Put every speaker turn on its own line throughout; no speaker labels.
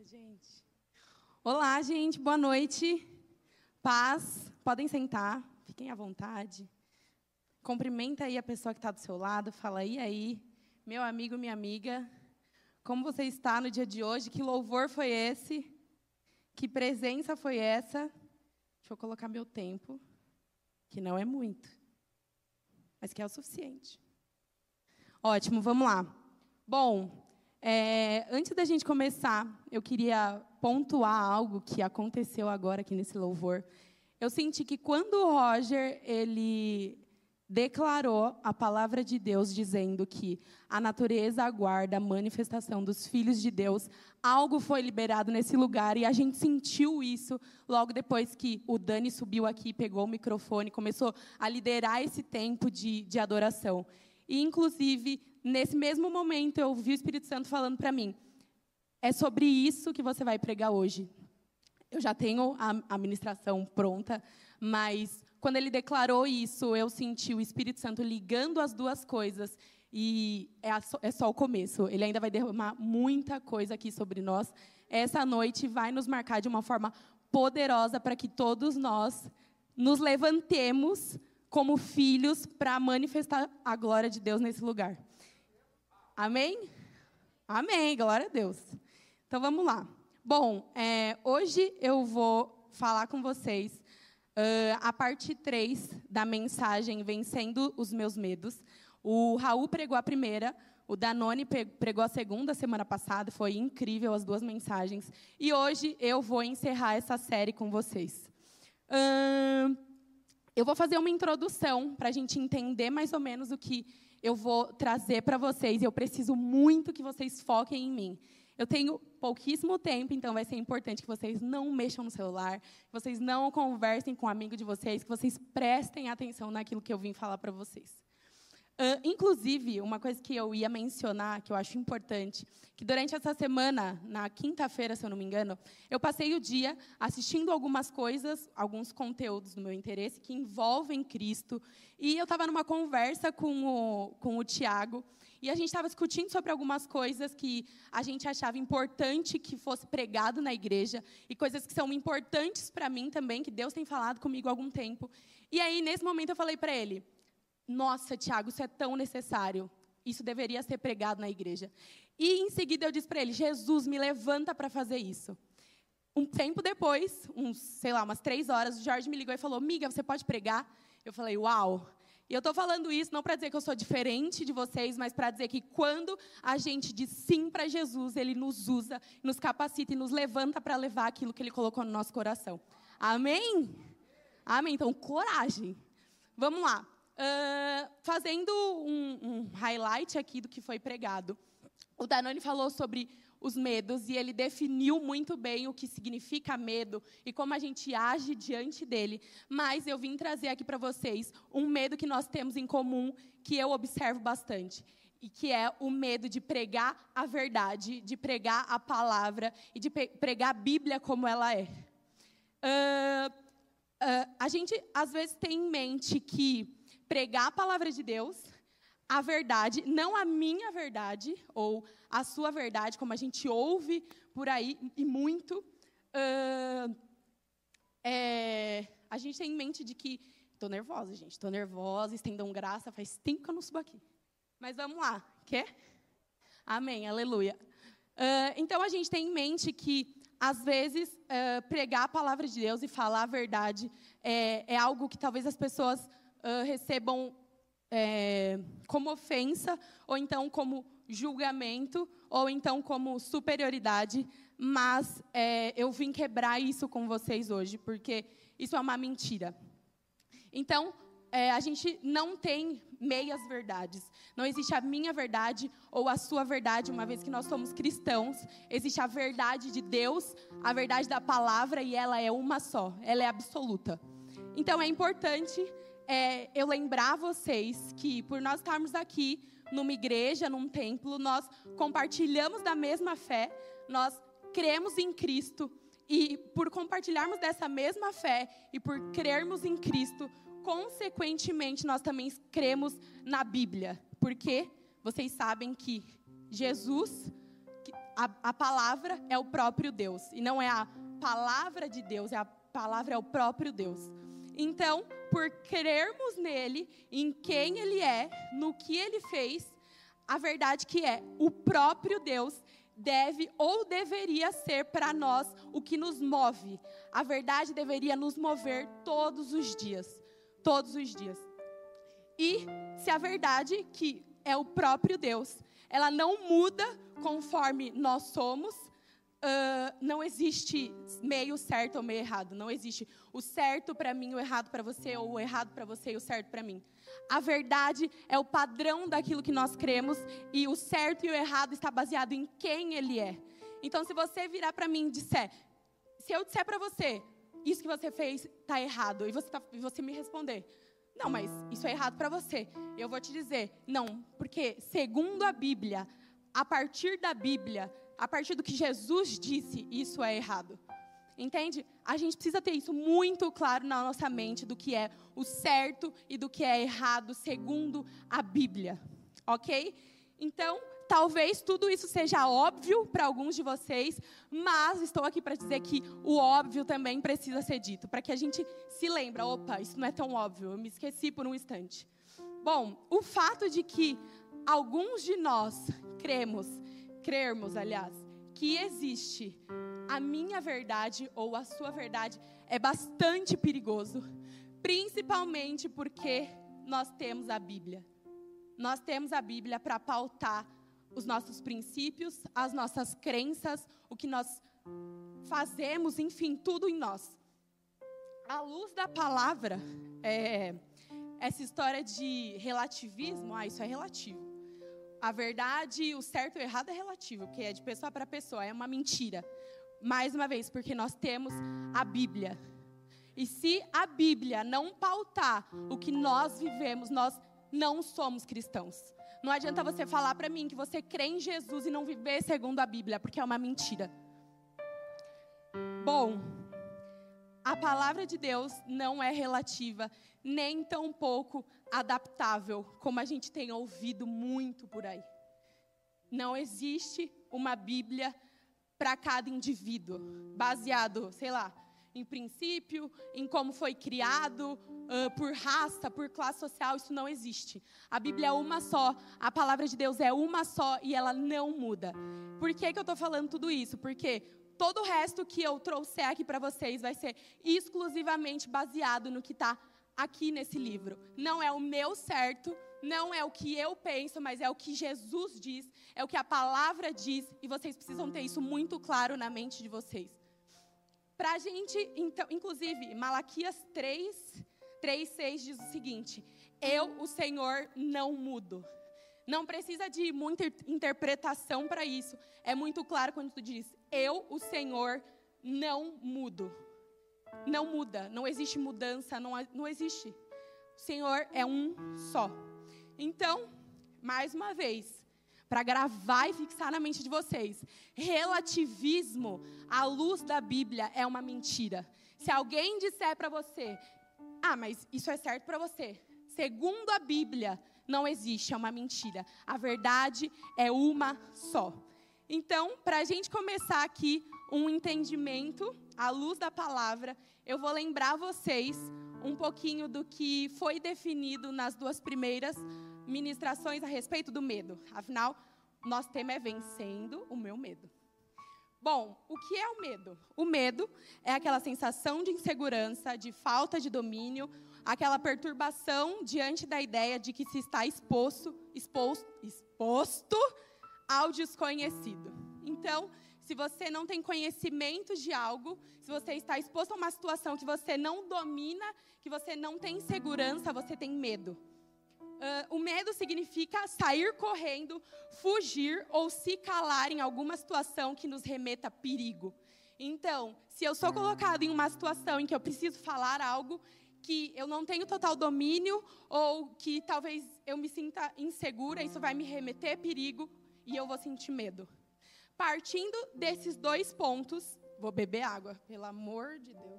gente. Olá, gente. Boa noite. Paz. Podem sentar. Fiquem à vontade. Cumprimenta aí a pessoa que está do seu lado. Fala, e aí, meu amigo, minha amiga. Como você está no dia de hoje? Que louvor foi esse? Que presença foi essa? Deixa eu colocar meu tempo, que não é muito, mas que é o suficiente. Ótimo, vamos lá. Bom, antes da gente começar, eu queria pontuar algo que aconteceu agora aqui nesse louvor. Eu senti que quando o Roger, ele declarou a palavra de Deus, dizendo que a natureza aguarda a manifestação dos filhos de Deus, algo foi liberado nesse lugar, e a gente sentiu isso logo depois que o Dani subiu aqui, pegou o microfone, começou a liderar esse tempo de adoração. E, inclusive, nesse mesmo momento, eu ouvi o Espírito Santo falando para mim, é sobre isso que você vai pregar hoje. Eu já tenho a ministração pronta, mas quando ele declarou isso, eu senti o Espírito Santo ligando as duas coisas, e é só o começo. Ele ainda vai derramar muita coisa aqui sobre nós. Essa noite vai nos marcar de uma forma poderosa para que todos nós nos levantemos como filhos para manifestar a glória de Deus nesse lugar. Amém? Amém, glória a Deus. Então, vamos lá. Bom, hoje eu vou falar com vocês a parte 3 da mensagem Vencendo os Meus Medos. O Raul pregou a primeira, o Danone pregou a segunda semana passada, foi incrível as duas mensagens. E hoje eu vou encerrar essa série com vocês. Eu vou fazer uma introdução para a gente entender mais ou menos o que eu vou trazer para vocês. Eu preciso muito que vocês foquem em mim. Eu tenho pouquíssimo tempo, então vai ser importante que vocês não mexam no celular, que vocês não conversem com um amigo de vocês, que vocês prestem atenção naquilo que eu vim falar para vocês. Inclusive, uma coisa que eu ia mencionar, que eu acho importante, que durante essa semana, na quinta-feira, se eu não me engano, eu passei o dia assistindo algumas coisas, alguns conteúdos do meu interesse, que envolvem Cristo, e eu estava numa conversa com o Tiago, e a gente estava discutindo sobre algumas coisas que a gente achava importante que fosse pregado na igreja, e coisas que são importantes para mim também, que Deus tem falado comigo há algum tempo. E aí, nesse momento, eu falei para ele, nossa, Tiago, isso é tão necessário. Isso deveria ser pregado na igreja. E, em seguida, eu disse para ele, Jesus, me levanta para fazer isso. Um tempo depois, umas 3 horas, o Jorge me ligou e falou, amiga, você pode pregar? Eu falei, uau. E eu estou falando isso não para dizer que eu sou diferente de vocês, mas para dizer que quando a gente diz sim para Jesus, Ele nos usa, nos capacita e nos levanta para levar aquilo que Ele colocou no nosso coração. Amém? Amém. Então, coragem. Vamos lá. Fazendo um highlight aqui do que foi pregado. O Danone falou sobre os medos e ele definiu muito bem o que significa medo e como a gente age diante dele. Mas eu vim trazer aqui para vocês um medo que nós temos em comum, que eu observo bastante, e que é o medo de pregar a verdade, de pregar a palavra e de pregar a Bíblia como ela é. A gente, às vezes, tem em mente que pregar a palavra de Deus, a verdade, não a minha verdade, ou a sua verdade, como a gente ouve por aí, e muito, a gente tem em mente de que, estou nervosa, gente, estou nervosa, estendam graça, faz tempo que eu não subo aqui. Mas vamos lá, quer? Amém, aleluia. Então, a gente tem em mente que, às vezes, pregar a palavra de Deus e falar a verdade é algo que talvez as pessoas recebam como ofensa, ou então como julgamento, ou então como superioridade, mas eu vim quebrar isso com vocês hoje, porque isso é uma mentira. Então, a gente não tem meias verdades. Não existe a minha verdade ou a sua verdade, uma vez que nós somos cristãos. Existe a verdade de Deus, a verdade da palavra, e ela é uma só, ela é absoluta. Então, é importante eu lembrar vocês que, por nós estarmos aqui, numa igreja, num templo, nós compartilhamos da mesma fé, nós cremos em Cristo, e por compartilharmos dessa mesma fé, e por crermos em Cristo, consequentemente, nós também cremos na Bíblia, porque vocês sabem que Jesus a palavra é o próprio Deus. E não é a palavra de Deus, a palavra é o próprio Deus. Então, por crermos nele, em quem ele é, no que ele fez, a verdade que é o próprio Deus deve ou deveria ser para nós o que nos move. A verdade deveria nos mover todos os dias. Todos os dias. E se a verdade, que é o próprio Deus, ela não muda conforme nós somos, não existe meio certo ou meio errado. Não existe o certo para mim, o errado para você, ou o errado para você e o certo para mim. A verdade é o padrão daquilo que nós cremos, e o certo e o errado está baseado em quem ele é. Então, se você virar para mim e disser, se eu disser para você, isso que você fez está errado, e você me responder, não, mas isso é errado para você, eu vou te dizer, não, porque segundo a Bíblia, a partir da Bíblia, a partir do que Jesus disse, isso é errado. Entende? A gente precisa ter isso muito claro na nossa mente, do que é o certo e do que é errado, segundo a Bíblia. Ok? Então, talvez tudo isso seja óbvio para alguns de vocês, mas estou aqui para dizer que o óbvio também precisa ser dito, para que a gente se lembre, opa, isso não é tão óbvio, eu me esqueci por um instante. Bom, o fato de que alguns de nós crermos, aliás, que existe a minha verdade ou a sua verdade é bastante perigoso, principalmente porque nós temos a Bíblia. Nós temos a Bíblia para pautar os nossos princípios, as nossas crenças, o que nós fazemos, enfim, tudo em nós. À luz da palavra, essa história de relativismo, isso é relativo. A verdade, o certo e o errado é relativo, porque é de pessoa para pessoa, é uma mentira. Mais uma vez, porque nós temos a Bíblia. E se a Bíblia não pautar o que nós vivemos, nós não somos cristãos. Não adianta você falar para mim que você crê em Jesus e não viver segundo a Bíblia, porque é uma mentira. Bom, a palavra de Deus não é relativa, nem tampouco adaptável, como a gente tem ouvido muito por aí. Não existe uma Bíblia para cada indivíduo, baseado, sei lá, em princípio, em como foi criado, por raça, por classe social, isso não existe. A Bíblia é uma só, a palavra de Deus é uma só e ela não muda. Por que eu estou falando tudo isso? Porque todo o resto que eu trouxer aqui para vocês vai ser exclusivamente baseado no que está aqui nesse livro. Não é o meu certo, não é o que eu penso, mas é o que Jesus diz, é o que a palavra diz, e vocês precisam ter isso muito claro na mente de vocês. Para a gente, então, inclusive, Malaquias 3:6 diz o seguinte: eu, o Senhor, não mudo. Não precisa de muita interpretação para isso. É muito claro quando tu diz, eu, o Senhor, não mudo. Não muda, não existe mudança, não existe. O Senhor é um só. Então, mais uma vez, para gravar e fixar na mente de vocês, relativismo à luz da Bíblia é uma mentira. Se alguém disser para você, mas isso é certo para você, segundo a Bíblia, não existe, é uma mentira. A verdade é uma só. Então, para a gente começar aqui um entendimento à luz da palavra, eu vou lembrar vocês um pouquinho do que foi definido nas duas primeiras ministrações a respeito do medo. Afinal, nosso tema é vencendo o meu medo. Bom, o que é o medo? O medo é aquela sensação de insegurança, de falta de domínio, aquela perturbação diante da ideia de que se está exposto ao desconhecido. Então, se você não tem conhecimento de algo, se você está exposto a uma situação que você não domina, que você não tem segurança, você tem medo. O medo significa sair correndo, fugir ou se calar em alguma situação que nos remeta a perigo. Então, se eu sou colocado em uma situação em que eu preciso falar algo que eu não tenho total domínio ou que talvez eu me sinta insegura, isso vai me remeter a perigo e eu vou sentir medo. Partindo desses dois pontos, vou beber água, pelo amor de Deus.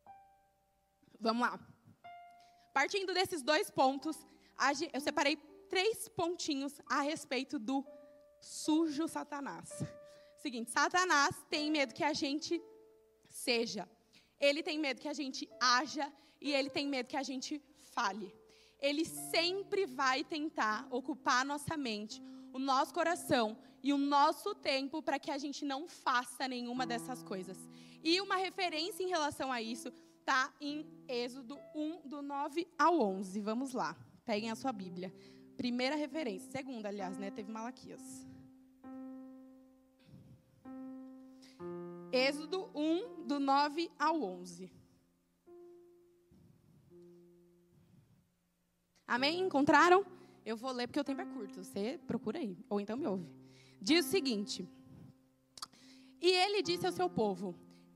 Vamos lá. Partindo desses dois pontos, eu separei 3 pontinhos a respeito do sujo Satanás. Seguinte, Satanás tem medo que a gente seja. Ele tem medo que a gente haja e ele tem medo que a gente fale. Ele sempre vai tentar ocupar a nossa mente, o nosso coração e o nosso tempo para que a gente não faça nenhuma dessas coisas. E uma referência em relação a isso está em Êxodo 1, do 9 ao 11. Vamos lá, peguem a sua Bíblia. Primeira referência, segunda, aliás, né? Teve Malaquias. Êxodo 1, do 9 ao 11. Amém? Encontraram? Eu vou ler porque o tempo é curto. Você procura aí, ou então me ouve. Diz o seguinte. E ele disse ao seu povo.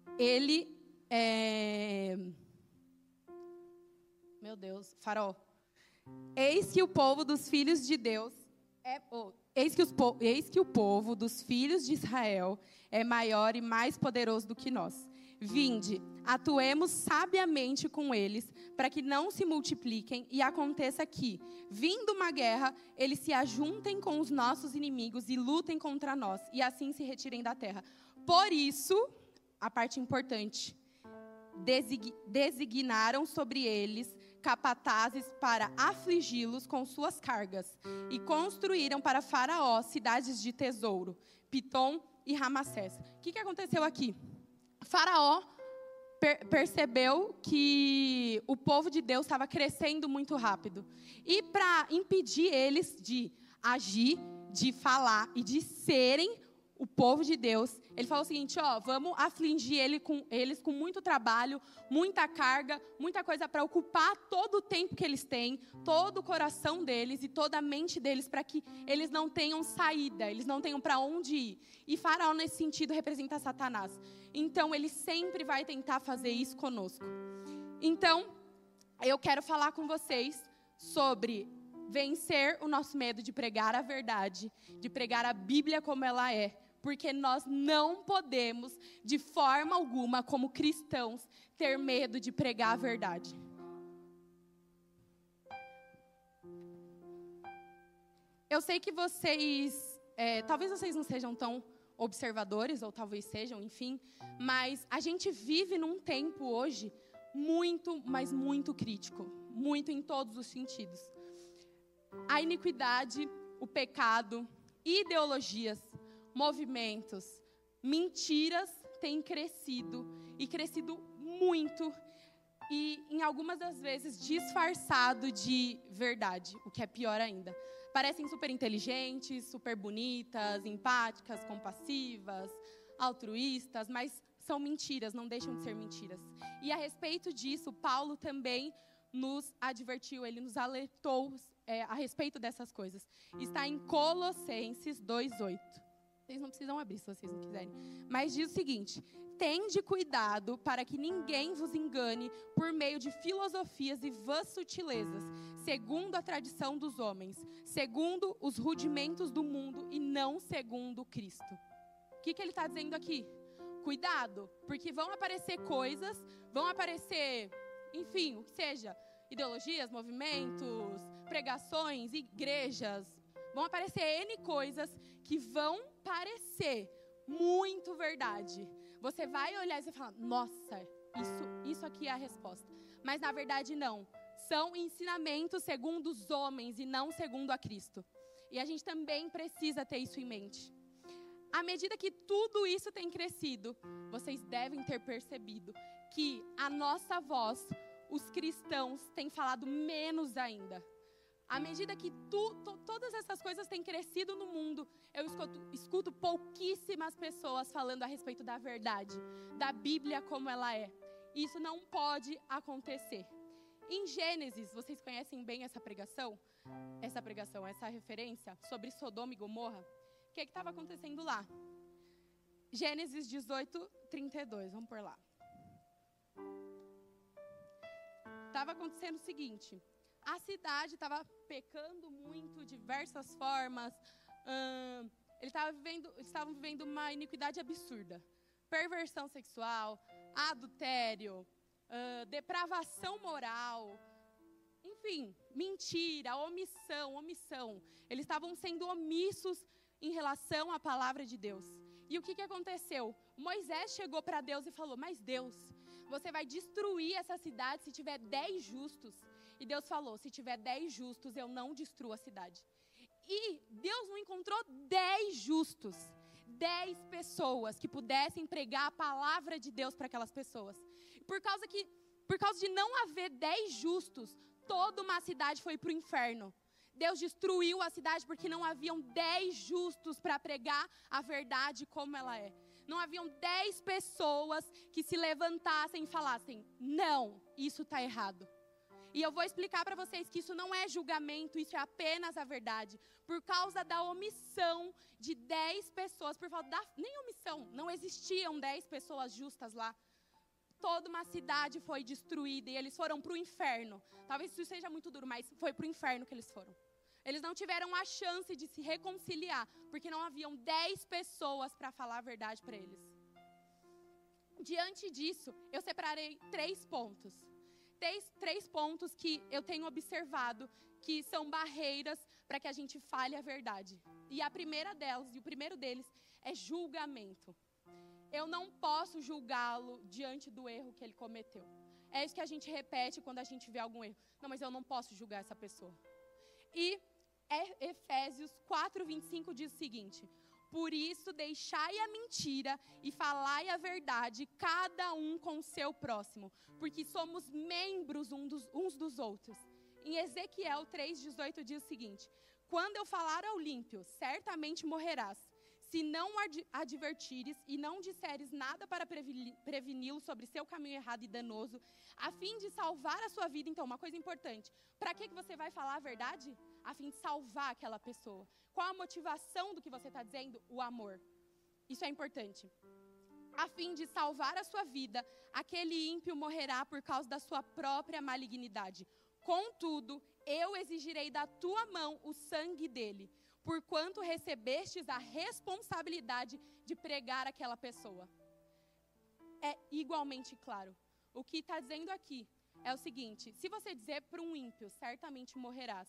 Meu Deus, Faraó. Eis que o povo dos filhos de Deus Eis que o povo dos filhos de Israel é maior e mais poderoso do que nós. Vinde, atuemos sabiamente com eles, para que não se multipliquem, e aconteça que, vindo uma guerra, eles se ajuntem com os nossos inimigos e lutem contra nós, e assim se retirem da terra. Por isso, a parte importante, designaram sobre eles capatazes para afligi-los com suas cargas, e construíram para Faraó cidades de tesouro, Pitom e Ramassés. O que aconteceu aqui? Faraó percebeu que o povo de Deus estava crescendo muito rápido. E para impedir eles de agir, de falar e de serem o povo de Deus, ele falou o seguinte, vamos afligir eles com muito trabalho, muita carga, muita coisa para ocupar todo o tempo que eles têm, todo o coração deles e toda a mente deles, para que eles não tenham saída, eles não tenham para onde ir. E Faraó, nesse sentido, representa Satanás. Então, ele sempre vai tentar fazer isso conosco. Então, eu quero falar com vocês sobre vencer o nosso medo de pregar a verdade, de pregar a Bíblia como ela é. Porque nós não podemos, de forma alguma, como cristãos, ter medo de pregar a verdade. Eu sei que vocês, talvez vocês não sejam tão observadores, ou talvez sejam, enfim, mas a gente vive num tempo hoje muito, mas muito crítico, muito em todos os sentidos. A iniquidade, o pecado, ideologias, movimentos, mentiras têm crescido, e crescido muito, e em algumas das vezes disfarçado de verdade, o que é pior ainda. Parecem super inteligentes, super bonitas, empáticas, compassivas, altruístas, mas são mentiras, não deixam de ser mentiras. E a respeito disso, Paulo também nos advertiu, ele nos alertou a respeito dessas coisas. Está em Colossenses 2:8. Vocês não precisam abrir se vocês não quiserem. Mas diz o seguinte: tende cuidado para que ninguém vos engane por meio de filosofias e vãs sutilezas, segundo a tradição dos homens, segundo os rudimentos do mundo e não segundo Cristo. O que ele está dizendo aqui? Cuidado, porque vão aparecer coisas, vão aparecer, enfim, o que seja, ideologias, movimentos, pregações, igrejas, vão aparecer N coisas que vão parecer muito verdade. Você vai olhar e você fala, nossa, isso aqui é a resposta. Mas na verdade não. São ensinamentos segundo os homens e não segundo a Cristo. E a gente também precisa ter isso em mente. À medida que tudo isso tem crescido, vocês devem ter percebido que a nossa voz, os cristãos, têm falado menos ainda. À medida que todas essas coisas têm crescido no mundo, eu escuto pouquíssimas pessoas falando a respeito da verdade, da Bíblia como ela é. Isso não pode acontecer. Em Gênesis, vocês conhecem bem essa referência sobre Sodoma e Gomorra? O que estava acontecendo lá? Gênesis 18:32, vamos por lá. Estava acontecendo o seguinte: a cidade estava pecando muito, de diversas formas. Eles estavam vivendo uma iniquidade absurda. Perversão sexual, adultério, depravação moral. Enfim, mentira, omissão. Eles estavam sendo omissos em relação à palavra de Deus. E o que aconteceu? Moisés chegou para Deus e falou: mas Deus, você vai destruir essa cidade se tiver 10 justos. E Deus falou: se tiver 10 justos, eu não destruo a cidade. E Deus não encontrou 10 justos, 10 pessoas que pudessem pregar a palavra de Deus para aquelas pessoas. Por causa de não haver 10 justos, toda uma cidade foi para o inferno. Deus destruiu a cidade porque não haviam 10 justos para pregar a verdade como ela é. Não haviam 10 pessoas que se levantassem e falassem: não, isso está errado. E eu vou explicar para vocês que isso não é julgamento, isso é apenas a verdade. Por causa da omissão de 10 pessoas, nem omissão, não existiam 10 pessoas justas lá. Toda uma cidade foi destruída e eles foram para o inferno. Talvez isso seja muito duro, mas foi para o inferno que eles foram. Eles não tiveram a chance de se reconciliar, porque não haviam 10 pessoas para falar a verdade para eles. Diante disso, eu separei 3 pontos. Três pontos que eu tenho observado que são barreiras para que a gente fale a verdade. E a primeira delas, e o primeiro deles, é julgamento. Eu não posso julgá-lo diante do erro que ele cometeu. É isso que a gente repete quando a gente vê algum erro. Não, mas eu não posso julgar essa pessoa. E Efésios 4:25 diz o seguinte: por isso deixai a mentira e falai a verdade, cada um com o seu próximo, porque somos membros uns dos outros. Em Ezequiel 3:18 diz o seguinte: quando eu falar ao ímpio, certamente morrerás. Se não advertires e não disseres nada para preveni-lo sobre seu caminho errado e danoso, a fim de salvar a sua vida. Então, uma coisa importante: para que você vai falar a verdade? A fim de salvar aquela pessoa. Qual a motivação do que você está dizendo? O amor. Isso é importante. A fim de salvar a sua vida, aquele ímpio morrerá por causa da sua própria malignidade. Contudo, eu exigirei da tua mão o sangue dele, porquanto recebestes a responsabilidade de pregar aquela pessoa. É igualmente claro. O que está dizendo aqui é o seguinte: se você dizer para um ímpio, certamente morrerás,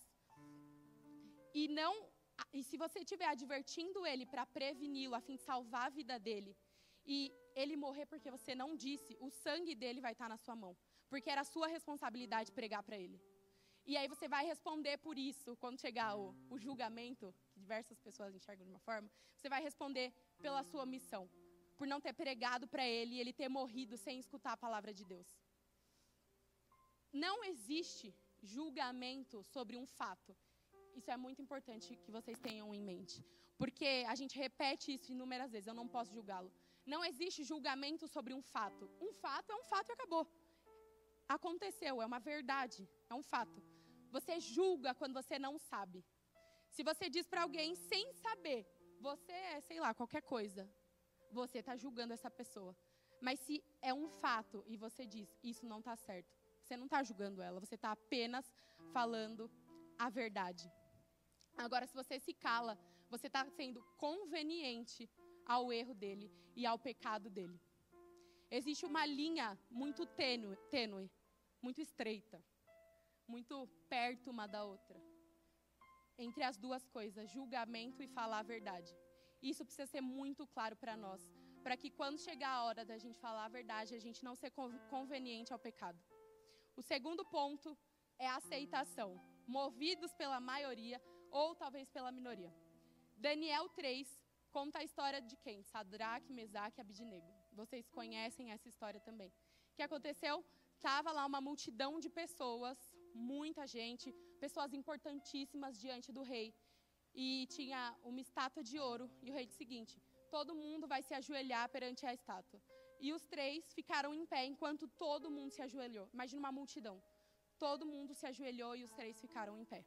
e se você estiver advertindo ele para preveni-lo, a fim de salvar a vida dele, e ele morrer porque você não disse, o sangue dele vai estar na sua mão, porque era a sua responsabilidade pregar para ele. E aí você vai responder por isso, quando chegar o julgamento, que diversas pessoas enxergam de uma forma, você vai responder pela sua omissão, por não ter pregado para ele e ele ter morrido sem escutar a palavra de Deus. Não existe julgamento sobre um fato. Isso é muito importante que vocês tenham em mente, porque a gente repete isso inúmeras vezes: eu não posso julgá-lo. Não existe julgamento sobre um fato. Um fato é um fato e acabou. Aconteceu, é uma verdade, é um fato. Você julga quando você não sabe. Se você diz para alguém sem saber, você é, sei lá, qualquer coisa, você está julgando essa pessoa. Mas se é um fato e você diz, isso não está certo, você não está julgando ela, você está apenas falando a verdade. Agora, se você se cala, você está sendo conveniente ao erro dele e ao pecado dele. Existe uma linha muito tênue, muito estreita, muito perto uma da outra, entre as duas coisas, julgamento e falar a verdade. Isso precisa ser muito claro para nós, para que quando chegar a hora da gente falar a verdade, a gente não ser conveniente ao pecado. O segundo ponto é a aceitação, movidos pela maioria ou talvez pela minoria. Daniel 3 conta a história de quem? Sadraque, Mesaque e Abidnego. Vocês conhecem essa história também. O que aconteceu? Estava lá uma multidão de pessoas, muita gente, pessoas importantíssimas diante do rei. E tinha uma estátua de ouro. E o rei disse o seguinte: todo mundo vai se ajoelhar perante a estátua. E os 3 ficaram em pé enquanto todo mundo se ajoelhou. Imagina uma multidão. Todo mundo se ajoelhou e os 3 ficaram em pé.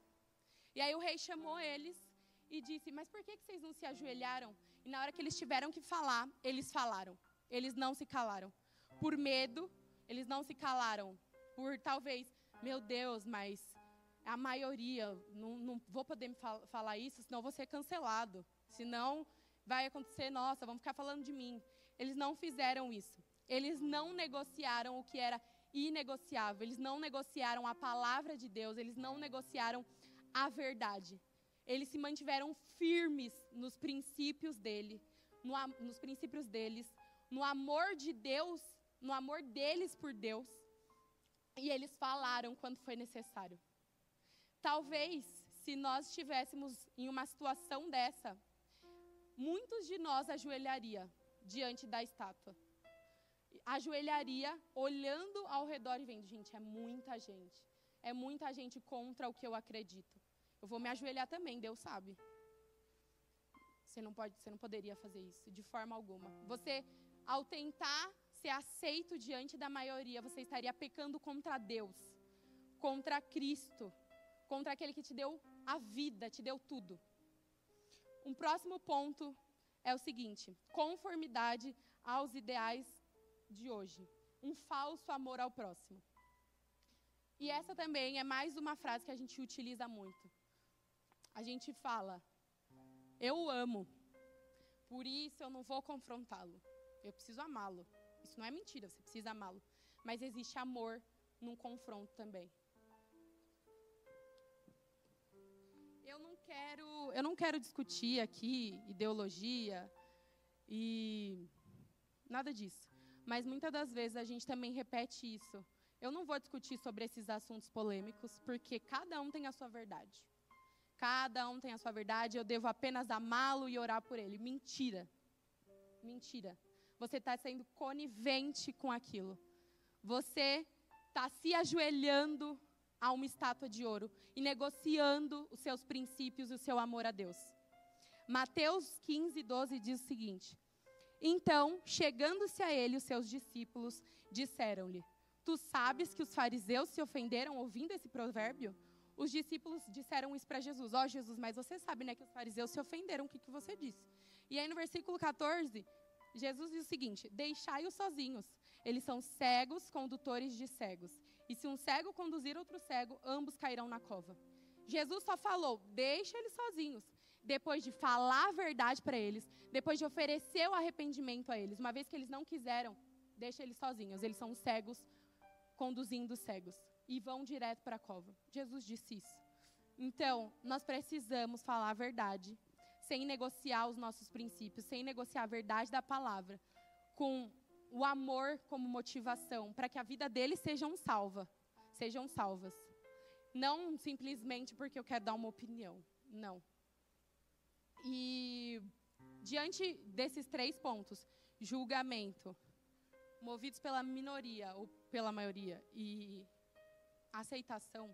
E aí o rei chamou eles e disse: mas por que vocês não se ajoelharam? E na hora que eles tiveram que falar, eles falaram. Eles não se calaram. Por medo, eles não se calaram. Por talvez, meu Deus, mas a maioria, não vou poder falar isso, senão vou ser cancelado. Senão vai acontecer, nossa, vão ficar falando de mim. Eles não fizeram isso. Eles não negociaram o que era inegociável. Eles não negociaram a palavra de Deus, eles não negociaram a verdade. Eles se mantiveram firmes nos princípios dele, nos princípios deles, no amor de Deus, no amor deles por Deus. E eles falaram quando foi necessário. Talvez, se nós estivéssemos em uma situação dessa, muitos de nós ajoelharia diante da estátua. Ajoelharia, olhando ao redor e vendo, gente, é muita gente. É muita gente contra o que eu acredito. Eu vou me ajoelhar também, Deus sabe. Você não poderia fazer isso, de forma alguma. Você, ao tentar ser aceito diante da maioria, você estaria pecando contra Deus, contra Cristo, contra aquele que te deu a vida, te deu tudo. Um próximo ponto é o seguinte: conformidade aos ideais de hoje. Um falso amor ao próximo. E essa também é mais uma frase que a gente utiliza muito. A gente fala, eu amo, por isso eu não vou confrontá-lo. Eu preciso amá-lo. Isso não é mentira, você precisa amá-lo. Mas existe amor num confronto também. Eu não quero discutir aqui ideologia e nada disso. Mas muitas das vezes a gente também repete isso. Eu não vou discutir sobre esses assuntos polêmicos, porque cada um tem a sua verdade. Cada um tem a sua verdade, eu devo apenas amá-lo e orar por ele. Mentira. Mentira. Você está sendo conivente com aquilo. Você está se ajoelhando a uma estátua de ouro e negociando os seus princípios e o seu amor a Deus. Mateus 15, 12 diz o seguinte: então, chegando-se a ele, os seus discípulos disseram-lhe, tu sabes que os fariseus se ofenderam ouvindo esse provérbio? Os discípulos disseram isso para Jesus. Ó, Jesus, mas você sabe, né, que os fariseus se ofenderam, o que você disse? E aí no versículo 14, Jesus diz o seguinte: deixai-os sozinhos, eles são cegos, condutores de cegos. E se um cego conduzir outro cego, ambos cairão na cova. Jesus só falou, deixa eles sozinhos. Depois de falar a verdade para eles, depois de oferecer o arrependimento a eles, uma vez que eles não quiseram, deixa eles sozinhos. Eles são cegos, conduzindo cegos. E vão direto para a cova. Jesus disse isso. Então, nós precisamos falar a verdade, sem negociar os nossos princípios, sem negociar a verdade da palavra, com o amor como motivação, para que a vida deles sejam salvas. Não simplesmente porque eu quero dar uma opinião. Não. E diante desses 3 pontos, julgamento, movidos pela minoria ou pela maioria, e aceitação.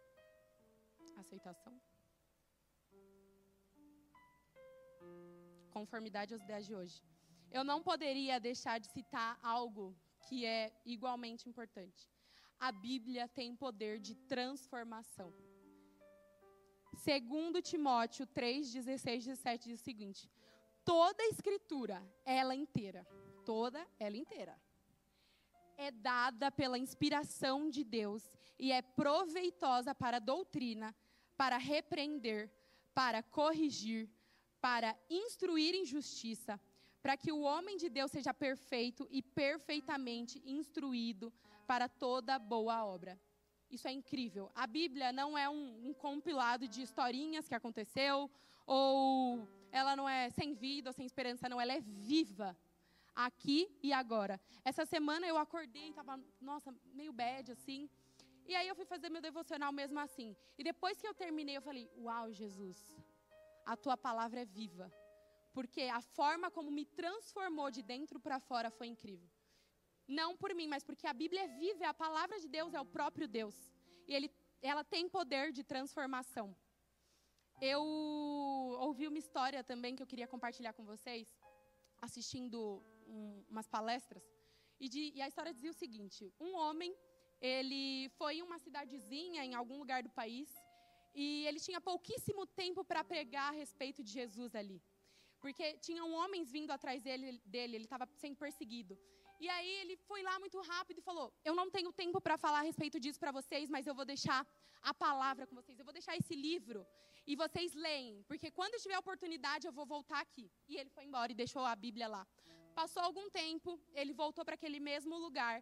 Conformidade aos ideais de hoje. Eu não poderia deixar de citar algo que é igualmente importante. A Bíblia tem poder de transformação. Segundo Timóteo 3, 16, 17 diz o seguinte: toda a Escritura, toda ela inteira, é dada pela inspiração de Deus e é proveitosa para a doutrina, para repreender, para corrigir, para instruir em justiça, para que o homem de Deus seja perfeito e perfeitamente instruído para toda boa obra. Isso é incrível. A Bíblia não é um compilado de historinhas que aconteceu, ou ela não é sem vida ou sem esperança, não, ela é viva. Aqui e agora. Essa semana eu acordei e estava, meio bad, assim. E aí eu fui fazer meu devocional mesmo assim. E depois que eu terminei, eu falei, uau, Jesus, a tua palavra é viva. Porque a forma como me transformou de dentro para fora foi incrível. Não por mim, mas porque a Bíblia é viva, a palavra de Deus é o próprio Deus. E ela tem poder de transformação. Eu ouvi uma história também que eu queria compartilhar com vocês, assistindo umas palestras, e a história dizia o seguinte: um homem, ele foi em uma cidadezinha, em algum lugar do país, e ele tinha pouquíssimo tempo para pregar a respeito de Jesus ali, porque tinham homens vindo atrás dele, ele estava sendo perseguido. E aí ele foi lá muito rápido e falou, eu não tenho tempo para falar a respeito disso para vocês, mas eu vou deixar a palavra com vocês, eu vou deixar esse livro e vocês leem, porque quando eu tiver a oportunidade eu vou voltar aqui. E ele foi embora e deixou a Bíblia lá. Passou algum tempo, ele voltou para aquele mesmo lugar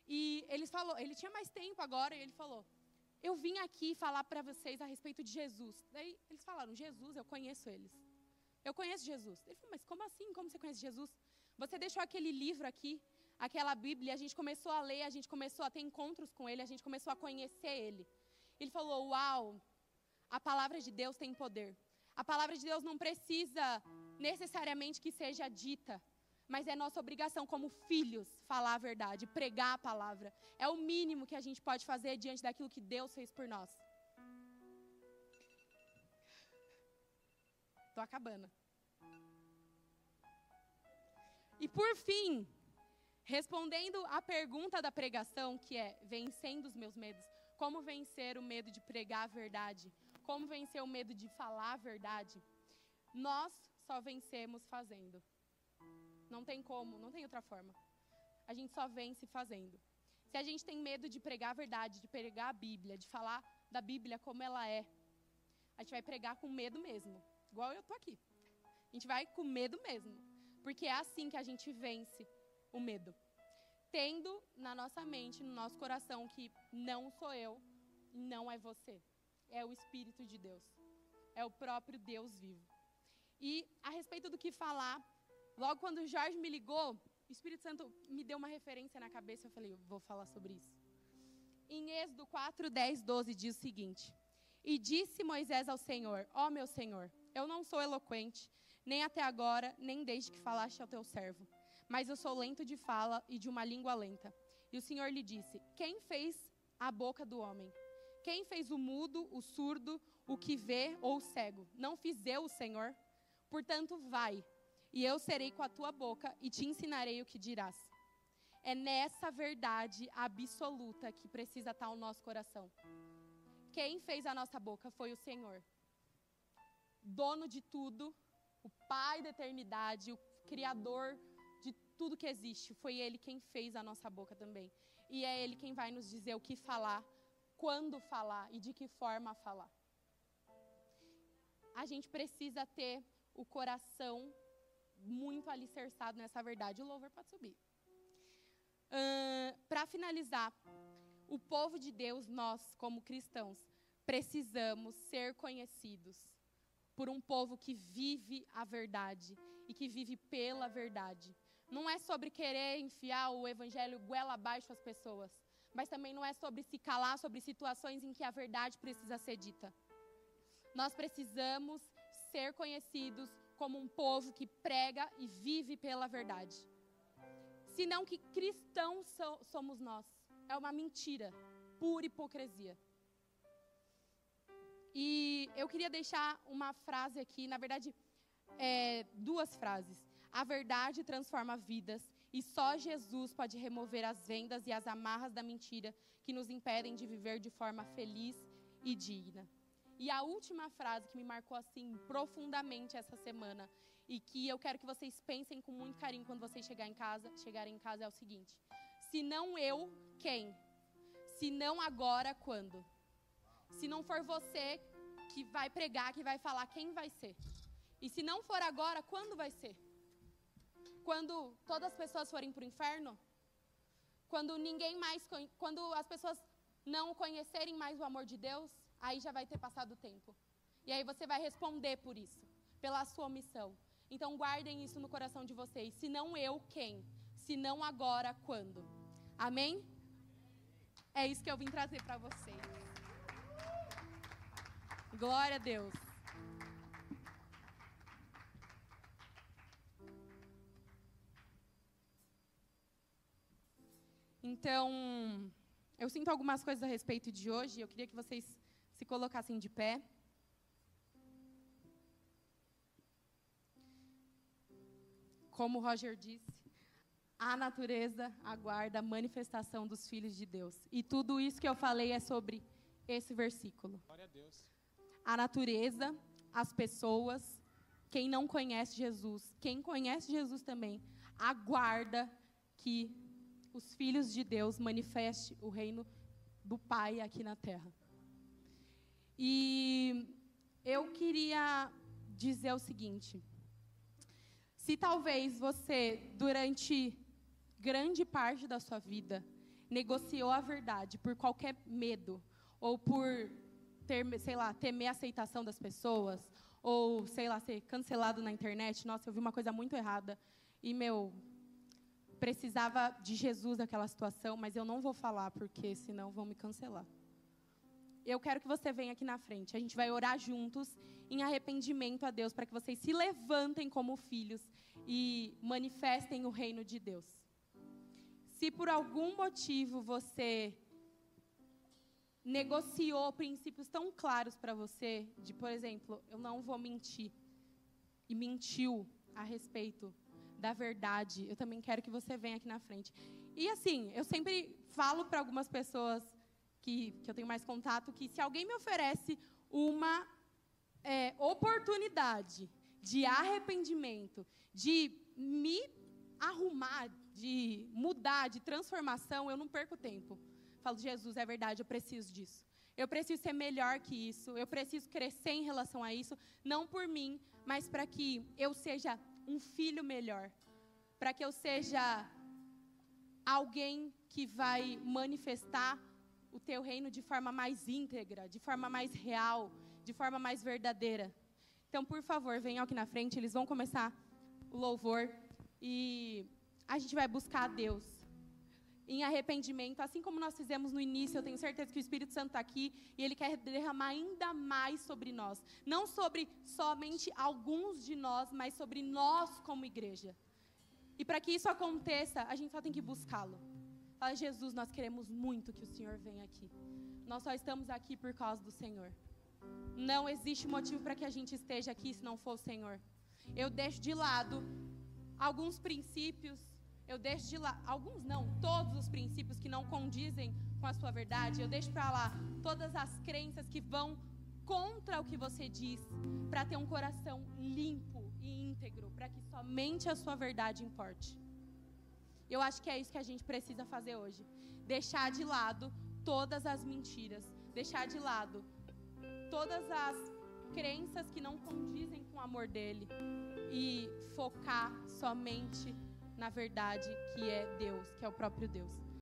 E ele tinha mais tempo agora, e ele falou, eu vim aqui falar para vocês a respeito de Jesus. Daí eles falaram, Jesus, eu conheço eles. Eu conheço Jesus. Ele falou, mas como assim? Como você conhece Jesus? Você deixou aquele livro aqui, aquela Bíblia, a gente começou a ler, a gente começou a ter encontros com ele, a gente começou a conhecer ele. Ele falou, uau, a palavra de Deus tem poder. A palavra de Deus não precisa necessariamente que seja dita, mas é nossa obrigação como filhos falar a verdade, pregar a palavra. É o mínimo que a gente pode fazer diante daquilo que Deus fez por nós. Estou acabando. E por fim, respondendo à pergunta da pregação, que é vencendo os meus medos, como vencer o medo de pregar a verdade? Como vencer o medo de falar a verdade? Nós só vencemos fazendo. Não tem como, não tem outra forma. A gente só vence fazendo. Se a gente tem medo de pregar a verdade, de pregar a Bíblia, de falar da Bíblia como ela é, a gente vai pregar com medo mesmo. Igual eu tô aqui. A gente vai com medo mesmo. Porque é assim que a gente vence o medo. Tendo na nossa mente, no nosso coração, que não sou eu, não é você. É o Espírito de Deus. É o próprio Deus vivo. E a respeito do que falar, logo quando o Jorge me ligou, o Espírito Santo me deu uma referência na cabeça, eu falei, eu vou falar sobre isso. Em Êxodo 4, 10, 12 diz o seguinte, e disse Moisés ao Senhor, ó meu Senhor, eu não sou eloquente, nem até agora, nem desde que falaste ao teu servo, mas eu sou lento de fala e de uma língua lenta. E o Senhor lhe disse, quem fez a boca do homem? Quem fez o mudo, o surdo, o que vê ou o cego? Não fiz eu, o Senhor? Portanto, vai, e eu serei com a tua boca e te ensinarei o que dirás. É nessa verdade absoluta que precisa estar o nosso coração. Quem fez a nossa boca foi o Senhor. Dono de tudo, o Pai da eternidade, o Criador de tudo que existe. Foi Ele quem fez a nossa boca também. E é Ele quem vai nos dizer o que falar, quando falar e de que forma falar. A gente precisa ter o coração muito alicerçado nessa verdade. O louvor pode subir. Para finalizar, o povo de Deus, nós como cristãos, precisamos ser conhecidos por um povo que vive a verdade e que vive pela verdade. Não é sobre querer enfiar o evangelho goela abaixo às pessoas, mas também não é sobre se calar sobre situações em que a verdade precisa ser dita. Nós precisamos ser conhecidos como um povo que prega e vive pela verdade. Senão que cristãos somos nós. É uma mentira, pura hipocrisia. E eu queria deixar uma frase aqui, na verdade, duas frases. A verdade transforma vidas e só Jesus pode remover as vendas e as amarras da mentira que nos impedem de viver de forma feliz e digna. E a última frase que me marcou assim profundamente essa semana e que eu quero que vocês pensem com muito carinho quando vocês chegarem em casa é o seguinte: se não eu, quem? Se não agora, quando? Se não for você que vai pregar, que vai falar, quem vai ser? E se não for agora, quando vai ser? Quando todas as pessoas forem para o inferno? Quando quando as pessoas não conhecerem mais o amor de Deus? Aí já vai ter passado o tempo. E aí você vai responder por isso, pela sua omissão. Então guardem isso no coração de vocês. Se não eu, quem? Se não agora, quando? Amém? É isso que eu vim trazer para vocês. Glória a Deus. Então, eu sinto algumas coisas a respeito de hoje. Eu queria que vocês se colocassem de pé. Como o Roger disse, a natureza aguarda a manifestação dos filhos de Deus. E tudo isso que eu falei é sobre esse versículo.
Glória a Deus.
A natureza, as pessoas, quem não conhece Jesus, quem conhece Jesus também, aguarda que os filhos de Deus manifestem o reino do Pai aqui na terra. E eu queria dizer o seguinte: se talvez você, durante grande parte da sua vida, negociou a verdade por qualquer medo, ou por temer a aceitação das pessoas, ou, ser cancelado na internet. Nossa, eu vi uma coisa muito errada. E, precisava de Jesus naquela situação, mas eu não vou falar, porque senão vão me cancelar. Eu quero que você venha aqui na frente. A gente vai orar juntos em arrependimento a Deus, para que vocês se levantem como filhos e manifestem o reino de Deus. Se por algum motivo você negociou princípios tão claros para você, de, por exemplo, eu não vou mentir, e mentiu a respeito da verdade, eu também quero que você venha aqui na frente. E assim, eu sempre falo para algumas pessoas que eu tenho mais contato, que se alguém me oferece uma oportunidade de arrependimento, de me arrumar, de mudar, de transformação, eu não perco tempo. Falo, Jesus, é verdade, eu preciso disso. Eu preciso ser melhor que isso, eu preciso crescer em relação a isso, não por mim, mas para que eu seja um filho melhor, para que eu seja alguém que vai manifestar o teu reino de forma mais íntegra, de forma mais real, de forma mais verdadeira. Então, por favor, venham aqui na frente, eles vão começar o louvor e a gente vai buscar a Deus em arrependimento, assim como nós fizemos no início. Eu tenho certeza que o Espírito Santo está aqui e Ele quer derramar ainda mais sobre nós. Não sobre somente alguns de nós, mas sobre nós como igreja. E para que isso aconteça, a gente só tem que buscá-lo. Fala, Jesus, nós queremos muito que o Senhor venha aqui. Nós só estamos aqui por causa do Senhor. Não existe motivo para que a gente esteja aqui se não for o Senhor. Eu deixo de lado alguns princípios, todos os princípios que não condizem com a sua verdade. Eu deixo para lá todas as crenças que vão contra o que você diz, para ter um coração limpo e íntegro, para que somente a sua verdade importe. Eu acho que é isso que a gente precisa fazer hoje. Deixar de lado todas as mentiras, deixar de lado todas as crenças que não condizem com o amor dele e focar somente na verdade que é Deus, que é o próprio Deus.